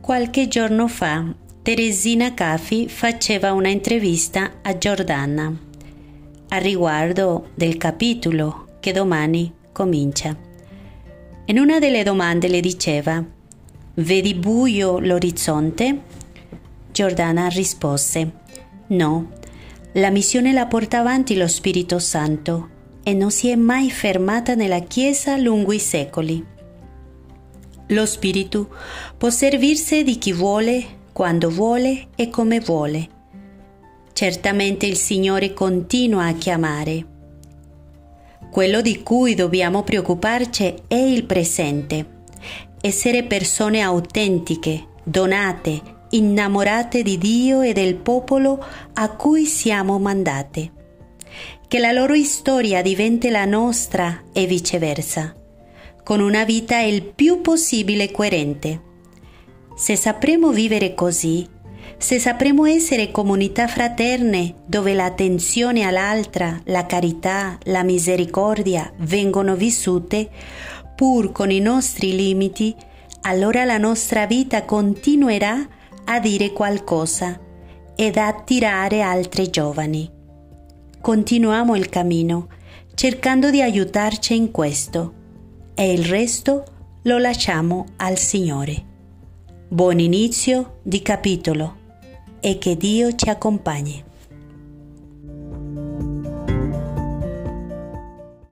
Qualche giorno fa Teresina Cafi faceva una intervista a Giordana a riguardo del capitolo che domani comincia. In una delle domande le diceva: «Vedi buio l'orizzonte?» Giordana rispose: «No, la missione la porta avanti lo Spirito Santo e non si è mai fermata nella Chiesa lungo i secoli. Lo Spirito può servirsi di chi vuole, quando vuole e come vuole. Certamente il Signore continua a chiamare. Quello di cui dobbiamo preoccuparci è il presente, essere persone autentiche, donate, innamorate di Dio e del popolo a cui siamo mandate. Che la loro storia diventi la nostra e viceversa, con una vita il più possibile coerente. Se sapremo vivere così, se sapremo essere comunità fraterne dove l'attenzione all'altra, la carità, la misericordia vengono vissute, pur con i nostri limiti, allora la nostra vita continuerà a dire qualcosa ed a attirare altri giovani. Continuiamo il cammino, cercando di aiutarci in questo, e il resto lo lasciamo al Signore. Buon inizio di capitolo e che Dio ci accompagni.